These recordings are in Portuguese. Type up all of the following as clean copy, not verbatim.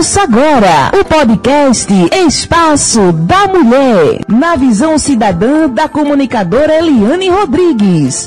Ouça agora o podcast Espaço da Mulher, na visão cidadã da comunicadora Eliane Rodrigues.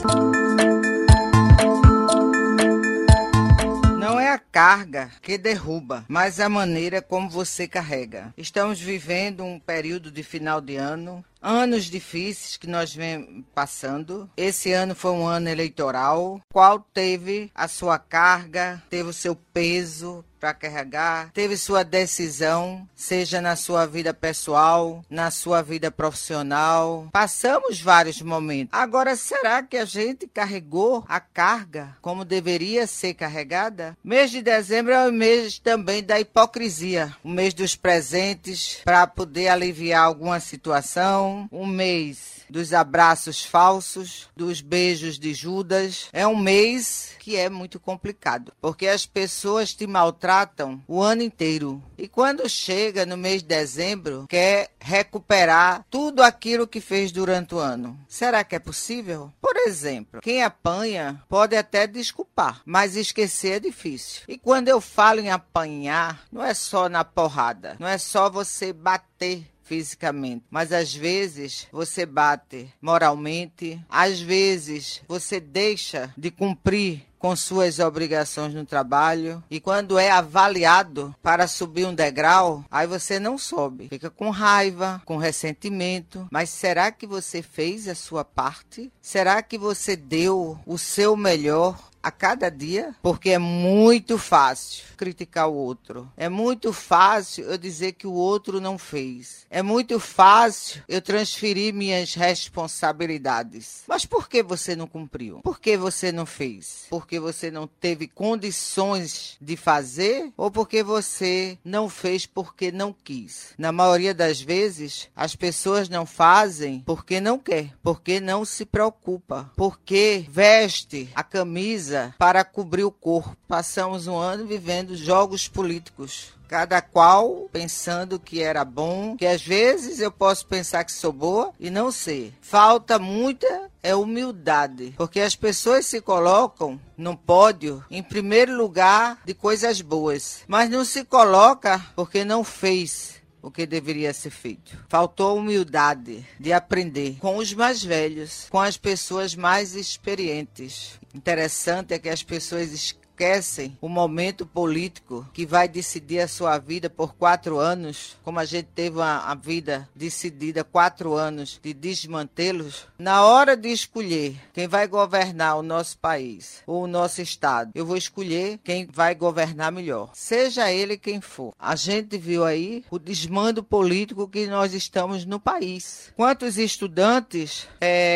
Não é a carga que derruba, mas a maneira como você carrega. Estamos vivendo um período de final de ano, anos difíceis que nós vem passando. Esse ano foi um ano eleitoral, qual teve a sua carga, teve o seu peso para carregar, teve sua decisão, seja na sua vida pessoal, na sua vida profissional. Passamos vários momentos. Agora, será que a gente carregou a carga como deveria ser carregada? Mês de dezembro é o mês também da hipocrisia, o mês dos presentes para poder aliviar alguma situação, um mês dos abraços falsos, dos beijos de Judas. É um mês que é muito complicado, porque as pessoas te maltratam o ano inteiro. E quando chega no mês de dezembro, quer recuperar tudo aquilo que fez durante o ano. Será que é possível? Por exemplo, quem apanha pode até desculpar, mas esquecer é difícil. E quando eu falo em apanhar, não é só na porrada, não é só você bater fisicamente, mas às vezes você bate moralmente, às vezes você deixa de cumprir com suas obrigações no trabalho, e quando é avaliado para subir um degrau, aí você não sobe, fica com raiva, com ressentimento. Mas será que você fez a sua parte? Será que você deu o seu melhor a cada dia? Porque é muito fácil criticar o outro. É muito fácil eu dizer que o outro não fez. É muito fácil eu transferir minhas responsabilidades. Mas por que você não cumpriu? Por que você não fez? Porque você não teve condições de fazer, ou porque você não fez porque não quis? Na maioria das vezes, as pessoas não fazem porque não quer, porque não se preocupa, porque veste a camisa para cobrir o corpo. Passamos um ano vivendo jogos políticos, cada qual pensando que era bom, que às vezes eu posso pensar que sou boa e não ser. Falta muita humildade, porque as pessoas se colocam no pódio em primeiro lugar de coisas boas, mas não se coloca porque não fez o que deveria ser feito. Faltou humildade de aprender com os mais velhos, com as pessoas mais experientes. Interessante é que as pessoas esquecem o momento político que vai decidir a sua vida por 4 anos, como a gente teve a vida decidida 4 anos de desmantê-los. Na hora de escolher quem vai governar o nosso país ou o nosso estado, eu vou escolher quem vai governar melhor, seja ele quem for. A gente viu aí o desmando político que nós estamos no país. Quantos estudantes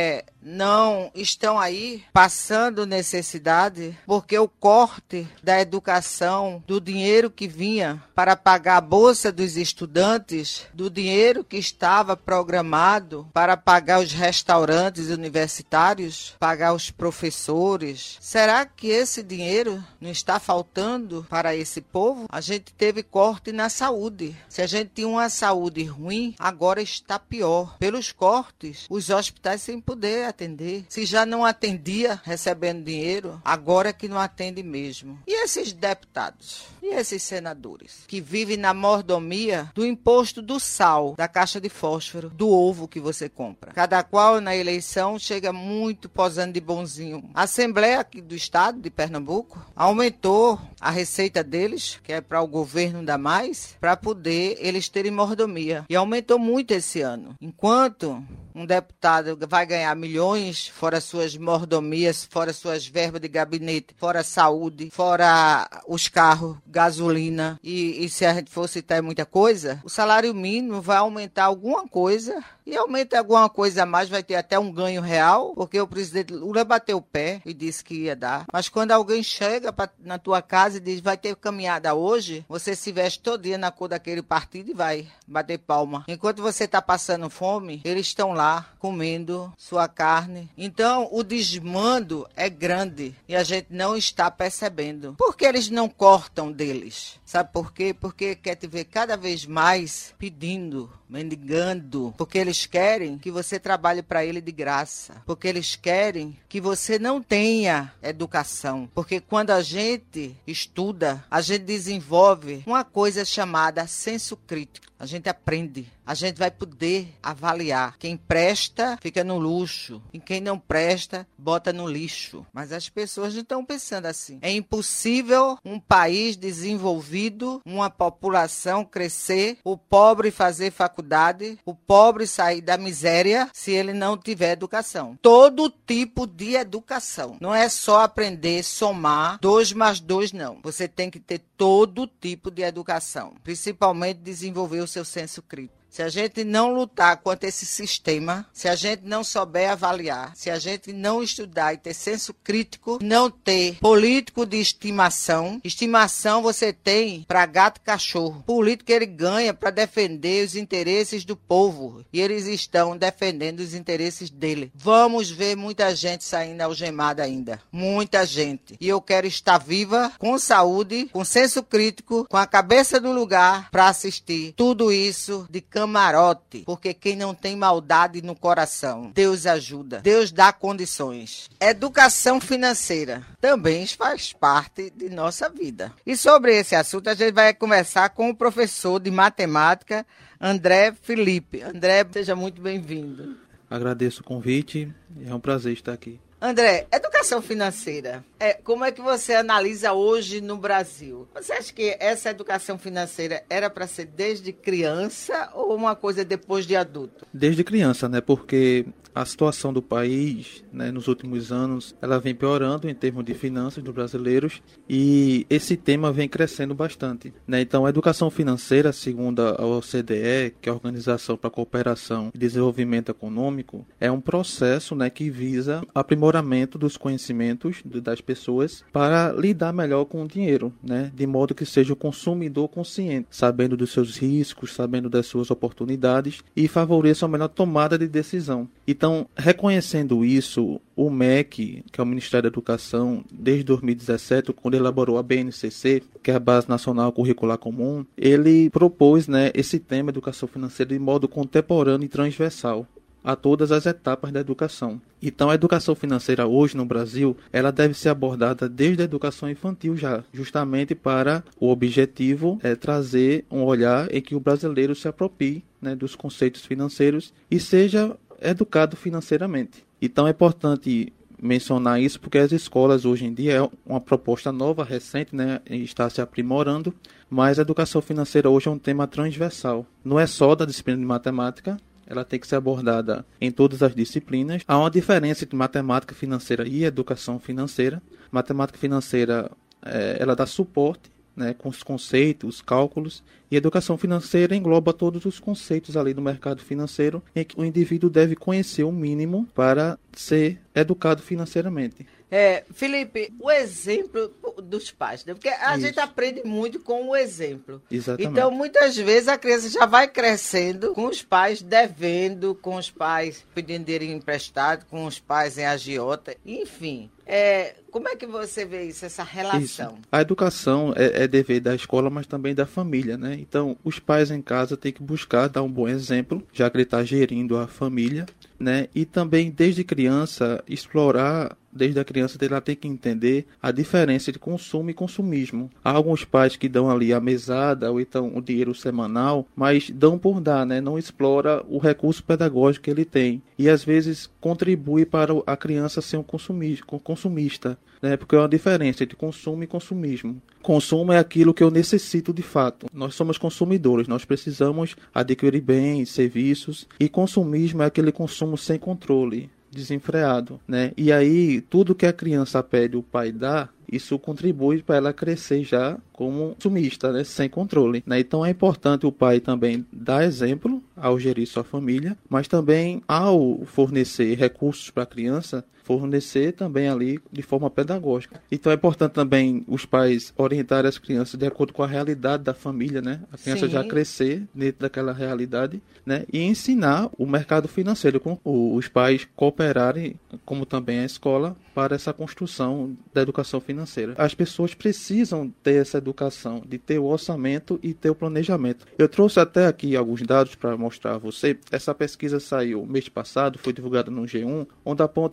não estão aí passando necessidade porque o corte da educação, do dinheiro que vinha para pagar a bolsa dos estudantes, do dinheiro que estava programado para pagar os restaurantes universitários, pagar os professores. Será que esse dinheiro não está faltando para esse povo? A gente teve corte na saúde. Se a gente tinha uma saúde ruim, agora está pior. Pelos cortes, os hospitais sem poder atender. Se já não atendia recebendo dinheiro, agora que não atende mesmo. E esses deputados? E esses senadores? Que vivem na mordomia do imposto do sal, da caixa de fósforo, do ovo que você compra. Cada qual na eleição chega muito posando de bonzinho. A Assembleia aqui do Estado de Pernambuco aumentou a receita deles, que é para o governo dar mais, para poder eles terem mordomia. E aumentou muito esse ano. Enquanto um deputado vai ganhar milhões, fora suas mordomias, fora suas verbas de gabinete, fora saúde, fora os carros, gasolina, e se a gente for citar muita coisa, o salário mínimo vai aumentar alguma coisa, e aumenta alguma coisa a mais, vai ter até um ganho real, porque o presidente Lula bateu o pé e disse que ia dar. Mas quando alguém chega na tua casa e diz, vai ter caminhada hoje, você se veste todo dia na cor daquele partido e vai bater palma. Enquanto você está passando fome, eles estão lá comendo sua carne. Então, o desmando é grande e a gente não está percebendo. Por que eles não cortam deles? Sabe por quê? Porque quer te ver cada vez mais pedindo, mendigando, porque eles querem que você trabalhe para ele de graça, porque eles querem que você não tenha educação, porque quando a gente estuda, a gente desenvolve uma coisa chamada senso crítico. A gente aprende, a gente vai poder avaliar. Quem presta, fica no luxo. E quem não presta, bota no lixo. Mas as pessoas não estão pensando assim. É impossível um país desenvolvido, uma população crescer, o pobre fazer faculdade, o pobre sair da miséria, se ele não tiver educação. Todo tipo de educação. Não é só aprender, somar, 2 mais 2, não. Você tem que ter todo tipo de educação. Principalmente desenvolver o seu senso crítico. Se a gente não lutar contra esse sistema, se a gente não souber avaliar, se a gente não estudar e ter senso crítico, não ter político de estimação. Estimação você tem para gato e cachorro. Político ele ganha para defender os interesses do povo. E eles estão defendendo os interesses dele. Vamos ver muita gente saindo algemada ainda. Muita gente. E eu quero estar viva, com saúde, com senso crítico, com a cabeça no lugar para assistir tudo isso de camarote, porque quem não tem maldade no coração, Deus ajuda, Deus dá condições. Educação financeira também faz parte de nossa vida. E sobre esse assunto a gente vai conversar com o professor de matemática, André Felipe. André, seja muito bem-vindo. Agradeço o convite, é um prazer estar aqui. André, educação financeira, como é que você analisa hoje no Brasil? Você acha que essa educação financeira era para ser desde criança ou uma coisa depois de adulto? Desde criança, né? Porque a situação do país, né, nos últimos anos, ela vem piorando em termos de finanças dos brasileiros e esse tema vem crescendo bastante, né? Então, a educação financeira, segundo a OCDE, que é a Organização para a Cooperação e Desenvolvimento Econômico, é um processo, né, que visa aprimoramento dos conhecimentos das pessoas para lidar melhor com o dinheiro, né? De modo que seja o consumidor consciente, sabendo dos seus riscos, sabendo das suas oportunidades e favoreça a melhor tomada de decisão. Então, reconhecendo isso, o MEC, que é o Ministério da Educação, desde 2017, quando elaborou a BNCC, que é a Base Nacional Curricular Comum, ele propôs, né, esse tema educação financeira de modo contemporâneo e transversal a todas as etapas da educação. Então, a educação financeira hoje no Brasil, ela deve ser abordada desde a educação infantil já, justamente para o objetivo trazer um olhar em que o brasileiro se aproprie, né, dos conceitos financeiros e seja educado financeiramente. Então, é importante mencionar isso porque as escolas hoje em dia é uma proposta nova, recente, né, está se aprimorando, mas a educação financeira hoje é um tema transversal. Não é só da disciplina de matemática, ela tem que ser abordada em todas as disciplinas. Há uma diferença entre matemática financeira e educação financeira. Matemática financeira, ela dá suporte, né, com os conceitos, os cálculos, e a educação financeira engloba todos os conceitos ali do mercado financeiro em que o indivíduo deve conhecer o mínimo para ser educado financeiramente. Felipe, o exemplo dos pais, né? Porque a gente aprende muito com o exemplo. Exatamente. Então, muitas vezes a criança já vai crescendo com os pais devendo, com os pais pedindo dinheiro emprestado, com os pais em agiota, enfim. Como é que você vê isso, essa relação? Isso. A educação é dever da escola, mas também da família, né? Então, os pais em casa têm que buscar dar um bom exemplo, já que ele está gerindo a família, né? E também, desde criança, explorar, desde a criança, ela tem que entender a diferença de consumo e consumismo. Há alguns pais que dão ali a mesada, ou então o dinheiro semanal, mas dão por dar, né? Não explora o recurso pedagógico que ele tem. E, às vezes, contribui para a criança ser um consumista, né? Porque é uma diferença entre consumo e consumismo. Consumo é aquilo que eu necessito de fato. Nós somos consumidores, nós precisamos adquirir bens, serviços, e consumismo é aquele consumo sem controle, desenfreado, né? E aí, tudo que a criança pede, o pai dá, isso contribui para ela crescer já como consumista, né? Sem controle, né? Então é importante o pai também dar exemplo ao gerir sua família, mas também ao fornecer recursos para a criança, fornecer também ali de forma pedagógica. Então é importante também os pais orientarem as crianças de acordo com a realidade da família, né? A criança já crescer dentro daquela realidade, né? E ensinar o mercado financeiro, com os pais cooperarem, como também a escola, para essa construção da educação financeira. As pessoas precisam ter essa educação, de ter o orçamento e ter o planejamento. Eu trouxe até aqui alguns dados para mostrar a você. Essa pesquisa saiu mês passado, foi divulgada no G1, onde aponta que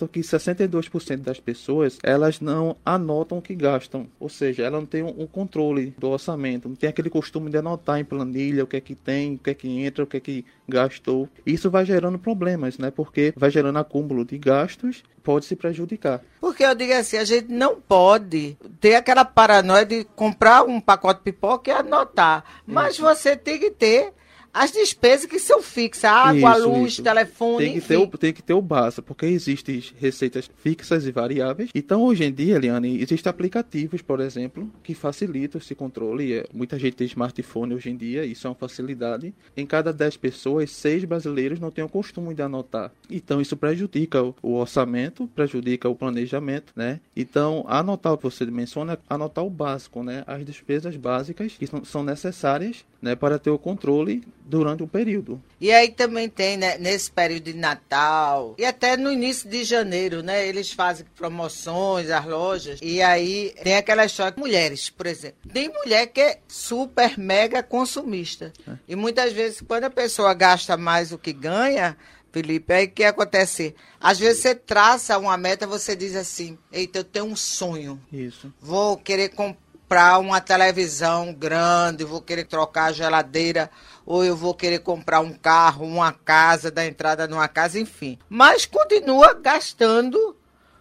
62% das pessoas, elas não anotam o que gastam. Ou seja, ela não tem um controle do orçamento, não tem aquele costume de anotar em planilha o que é que tem, o que é que entra, o que é que gastou. Isso vai gerando problemas, né? Porque vai gerando acúmulo de gastos, pode se prejudicar. Porque eu digo assim, a gente não pode ter aquela paranoia de comprar um pacote de pipoca e anotar. Mas você tem que ter as despesas que são fixas, água, luz, telefone, tem que ter o básico, porque existem receitas fixas e variáveis. Então, hoje em dia, Eliane, existem aplicativos, por exemplo, que facilitam esse controle. Muita gente tem smartphone hoje em dia, isso é uma facilidade. Em cada 10 pessoas, 6 brasileiros não têm o costume de anotar. Então, isso prejudica o orçamento, prejudica o planejamento, né? Então, anotar o que você menciona é anotar o básico, né? As despesas básicas que são necessárias, né, para ter o controle durante o período. E aí também tem, né, nesse período de Natal e até no início de janeiro, né, eles fazem promoções, as lojas, e aí tem aquela história de mulheres, por exemplo. Tem mulher que é super, mega consumista. E muitas vezes, quando a pessoa gasta mais do que ganha, Felipe, aí o que acontece? Às vezes você traça uma meta, você diz assim, eita, eu tenho um sonho. Isso. Vou querer comprar uma televisão grande, vou querer trocar a geladeira, ou eu vou querer comprar um carro, uma casa, dar entrada numa casa, enfim. Mas continua gastando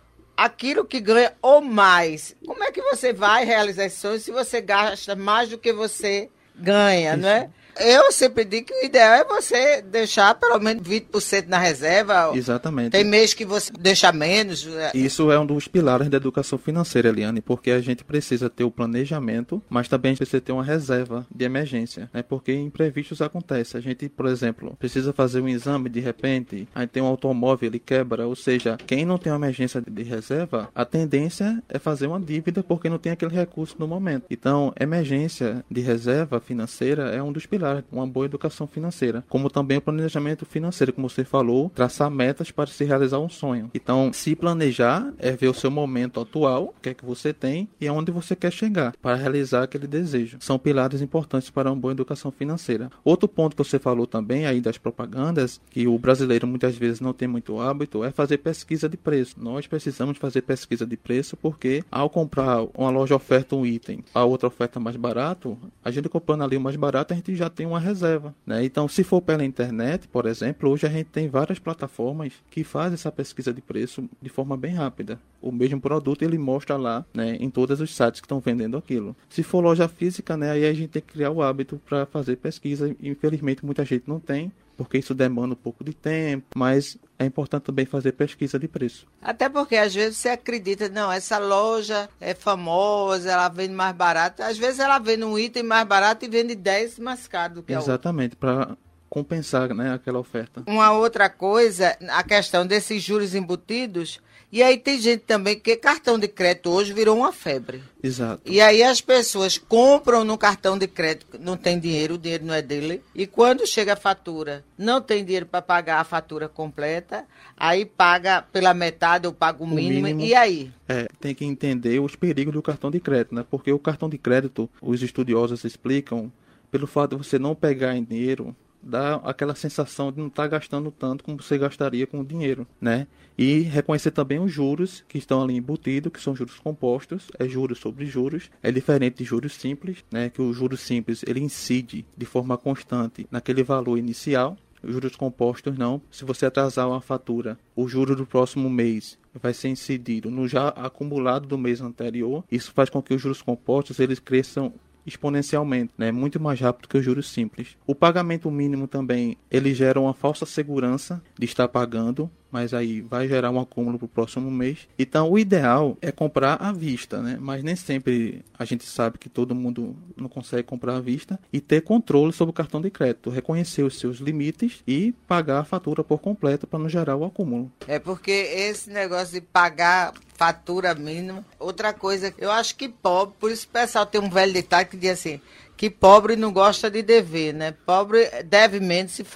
aquilo que ganha ou mais. Como é que você vai realizar esse sonho se você gasta mais do que você ganha, Isso. não é? Eu sempre digo que o ideal é você deixar pelo menos 20% na reserva. Exatamente. Tem mês que você deixa menos. Isso é um dos pilares da educação financeira, Eliane, porque a gente precisa ter o planejamento, mas também a gente precisa ter uma reserva de emergência, né? Porque imprevistos acontecem. A gente, por exemplo, precisa fazer um exame, de repente, aí tem um automóvel, ele quebra, ou seja, quem não tem uma emergência de reserva, a tendência é fazer uma dívida porque não tem aquele recurso no momento. Então, emergência de reserva financeira é um dos pilares, uma boa educação financeira, como também o planejamento financeiro, como você falou, traçar metas para se realizar um sonho. Então, se planejar é ver o seu momento atual, o que é que você tem e aonde você quer chegar para realizar aquele desejo. São pilares importantes para uma boa educação financeira. Outro ponto que você falou também aí das propagandas, que o brasileiro muitas vezes não tem muito hábito, é fazer pesquisa de preço. Nós precisamos fazer pesquisa de preço porque ao comprar uma loja oferta um item, a outra oferta mais barato, a gente comprando ali o mais barato, a gente já tem uma reserva, né? Então, se for pela internet, por exemplo, hoje a gente tem várias plataformas que fazem essa pesquisa de preço de forma bem rápida. O mesmo produto ele mostra lá, né, em todos os sites que estão vendendo aquilo. Se for loja física, né, aí a gente tem que criar o hábito para fazer pesquisa. Infelizmente, muita gente não tem, porque isso demanda um pouco de tempo, mas é importante também fazer pesquisa de preço. Até porque às vezes você acredita, não, essa loja é famosa, ela vende mais barato. Às vezes ela vende um item mais barato e vende 10 mais caro do que a outra. Exatamente, para compensar, né, aquela oferta. Uma outra coisa, a questão desses juros embutidos. E aí tem gente também que cartão de crédito hoje virou uma febre. Exato. E aí as pessoas compram no cartão de crédito, não tem dinheiro, o dinheiro não é dele. E quando chega a fatura, não tem dinheiro para pagar a fatura completa, aí paga pela metade ou paga o mínimo. E aí? Tem que entender os perigos do cartão de crédito, né? Porque o cartão de crédito, os estudiosos explicam, pelo fato de você não pegar em dinheiro, dá aquela sensação de não estar gastando tanto como você gastaria com o dinheiro, né? E reconhecer também os juros que estão ali embutidos, que são juros compostos, é juros sobre juros, é diferente de juros simples, né? Que o juros simples ele incide de forma constante naquele valor inicial, os juros compostos não. Se você atrasar uma fatura, o juro do próximo mês vai ser incidido no já acumulado do mês anterior. Isso faz com que os juros compostos eles cresçam exponencialmente, né? Muito mais rápido que os juros simples. O pagamento mínimo também, ele gera uma falsa segurança de estar pagando, mas aí vai gerar um acúmulo para o próximo mês. Então, o ideal é comprar à vista, né? Mas nem sempre a gente sabe que todo mundo não consegue comprar à vista e ter controle sobre o cartão de crédito, reconhecer os seus limites e pagar a fatura por completo para não gerar o acúmulo. É porque esse negócio de pagar fatura mínima, outra coisa, eu acho que pobre, por isso o pessoal tem um velho ditado que diz assim, que pobre não gosta de dever, né? Pobre deve menos, se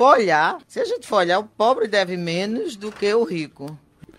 a gente for olhar, o pobre deve menos do que o rico.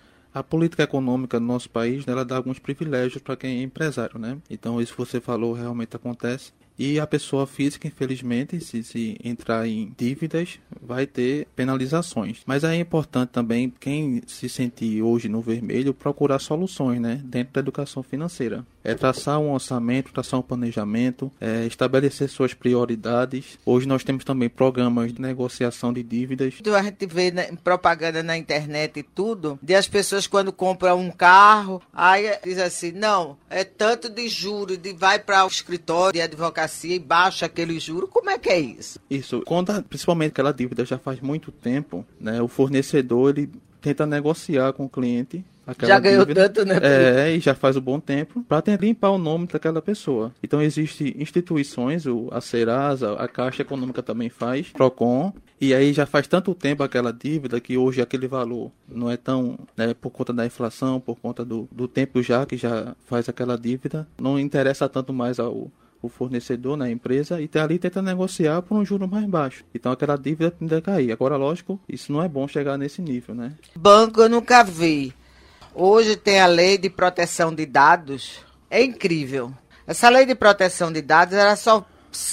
A política econômica do nosso país, né, ela dá alguns privilégios para quem é empresário, né? Então, isso que você falou realmente acontece. E a pessoa física, infelizmente, se entrar em dívidas, vai ter penalizações. Mas aí é importante também, quem se sentir hoje no vermelho, procurar soluções, né, dentro da educação financeira. É traçar um orçamento, traçar um planejamento, estabelecer suas prioridades. Hoje nós temos também programas de negociação de dívidas. A gente vê propaganda na internet e tudo, de as pessoas quando compram um carro, aí diz assim, não, é tanto de juros, vai para o escritório de advocacia e baixa aquele juro. Como é que é isso? Isso, quando principalmente aquela dívida já faz muito tempo, né, o fornecedor ele tenta negociar com o cliente. Já ganhou dívida, tanto, né? E já faz um bom tempo, para tentar limpar o nome daquela pessoa. Então, existem instituições, a Serasa, a Caixa Econômica também faz, Procon, e aí já faz tanto tempo aquela dívida que hoje aquele valor não é tão, né, por conta da inflação, por conta do tempo já que já faz aquela dívida, não interessa tanto mais o fornecedor na empresa e ali tenta negociar por um juro mais baixo. Então aquela dívida tende a cair. Agora, lógico, isso não é bom chegar nesse nível, né? Banco eu nunca vi. Hoje tem a lei de proteção de dados. É incrível. Essa lei de proteção de dados, ela só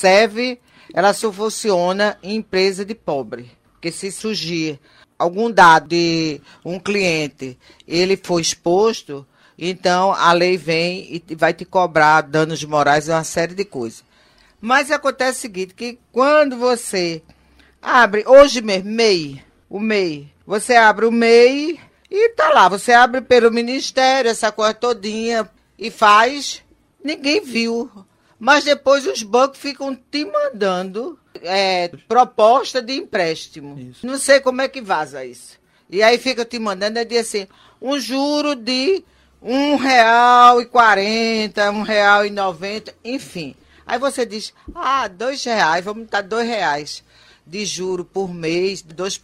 funciona em empresa de pobre. Porque se surgir algum dado de um cliente, ele for exposto, então a lei vem e vai te cobrar danos morais e uma série de coisas. Mas acontece o seguinte, que quando você abre, hoje mesmo, o MEI, você abre o MEI e tá lá, você abre pelo Ministério, essa coisa todinha, e faz, ninguém viu. Mas depois os bancos ficam te mandando proposta de empréstimo. Isso. Não sei como é que vaza isso. E aí fica te mandando, diz assim, um juro de R$1,40, R$1,90, enfim. Aí você diz, R$2, vamos dar R$2 de juro por mês,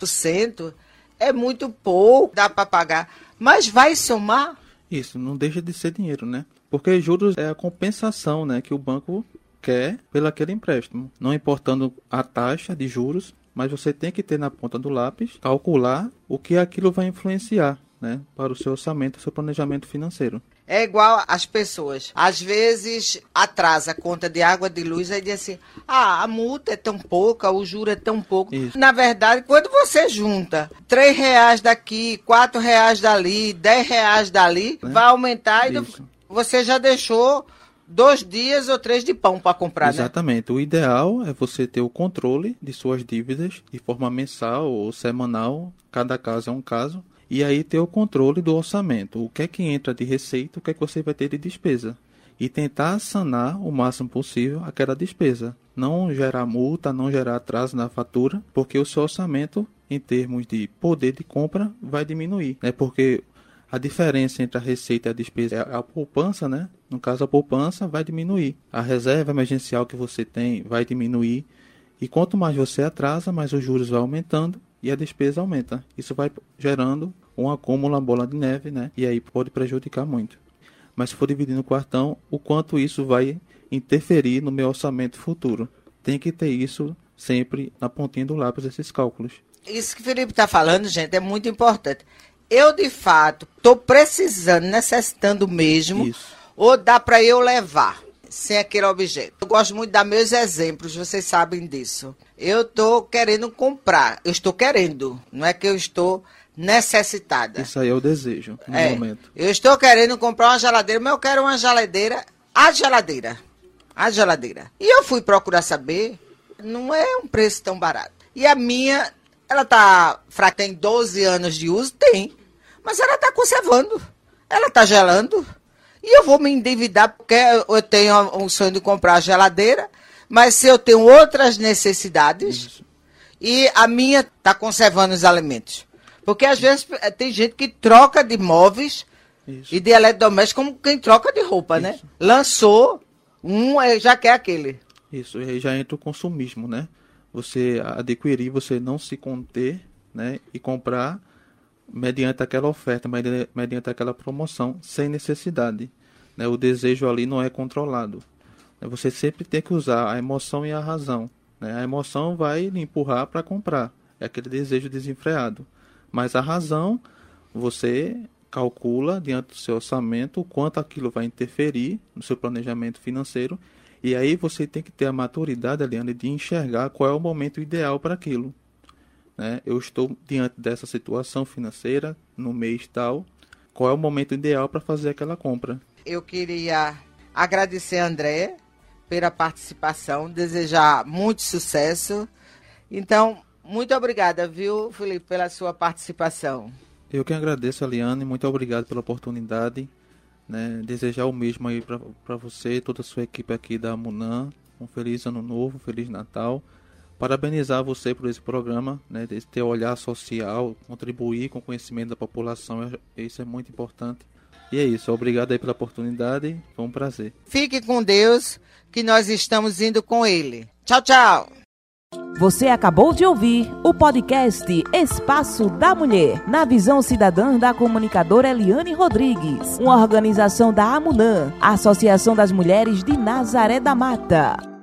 2%, é muito pouco, dá para pagar. Mas vai somar? Isso, não deixa de ser dinheiro, né? Porque juros é a compensação, né, que o banco quer pelo aquele empréstimo. Não importando a taxa de juros, mas você tem que ter na ponta do lápis, calcular o que aquilo vai influenciar, né, para o seu orçamento, o seu planejamento financeiro. É igual as pessoas. Às vezes atrasa a conta de água, de luz, aí diz assim, a multa é tão pouca, o juro é tão pouco. Isso. Na verdade, quando você junta R$3 daqui, R$4 dali, R$10 dali, vai aumentar e você já deixou 2 dias ou 3 de pão para comprar, Exatamente. Né? O ideal é você ter o controle de suas dívidas de forma mensal ou semanal, cada caso é um caso. E aí ter o controle do orçamento. O que é que entra de receita, o que é que você vai ter de despesa. E tentar sanar o máximo possível aquela despesa. Não gerar multa, não gerar atraso na fatura, porque o seu orçamento, em termos de poder de compra, vai diminuir. Né? Porque a diferença entre a receita e a despesa é a poupança, né? No caso, a poupança vai diminuir. A reserva emergencial que você tem vai diminuir. E quanto mais você atrasa, mais os juros vão aumentando. E a despesa aumenta. Isso vai gerando um acúmulo, uma bola de neve, né? E aí pode prejudicar muito. Mas se for dividir no cartão, o quanto isso vai interferir no meu orçamento futuro. Tem que ter isso sempre na pontinha do lápis, esses cálculos. Isso que o Felipe está falando, gente, é muito importante. Eu, de fato, estou precisando, necessitando mesmo, ou dá para eu levar sem aquele objeto. Eu gosto muito de dar meus exemplos, vocês sabem disso. Eu estou querendo comprar, eu estou querendo, não é que eu estou necessitada. Isso aí é o desejo, no momento. Eu estou querendo comprar uma geladeira, mas eu quero uma geladeira, a geladeira. E eu fui procurar saber, não é um preço tão barato. E a minha, ela tá fraca, tem 12 anos de uso? Tem. Mas ela está conservando, ela está gelando. E eu vou me endividar porque eu tenho um sonho de comprar a geladeira, mas se eu tenho outras necessidades, e a minha está conservando os alimentos. Porque às vezes tem gente que troca de móveis e de eletrodomésticos como quem troca de roupa, né? Lançou já quer aquele. Isso, e aí já entra o consumismo, né? Você adquirir, você não se conter, né? E comprar mediante aquela oferta, mediante aquela promoção, sem necessidade. Né? O desejo ali não é controlado. Você sempre tem que usar a emoção e a razão. Né? A emoção vai lhe empurrar para comprar. É aquele desejo desenfreado. Mas a razão, você calcula diante do seu orçamento o quanto aquilo vai interferir no seu planejamento financeiro E aí você tem que ter a maturidade, Eliane, de enxergar qual é o momento ideal para aquilo. Né? Eu estou diante dessa situação financeira, no mês tal, qual é o momento ideal para fazer aquela compra? Eu queria agradecer a André pela participação, desejar muito sucesso. Então, muito obrigada, viu, Felipe, pela sua participação. Eu que agradeço, Eliane, muito obrigado pela oportunidade. Né? Desejar o mesmo aí para você e toda a sua equipe aqui da Amunã. Um feliz ano novo, um feliz Natal. Parabenizar você por esse programa, né? Desse ter olhar social, contribuir com o conhecimento da população, isso é muito importante. E é isso, obrigado aí pela oportunidade, foi um prazer. Fique com Deus, que nós estamos indo com Ele. Tchau, tchau! Você acabou de ouvir o podcast Espaço da Mulher, na visão cidadã da comunicadora Eliane Rodrigues, uma organização da Amunã, Associação das Mulheres de Nazaré da Mata.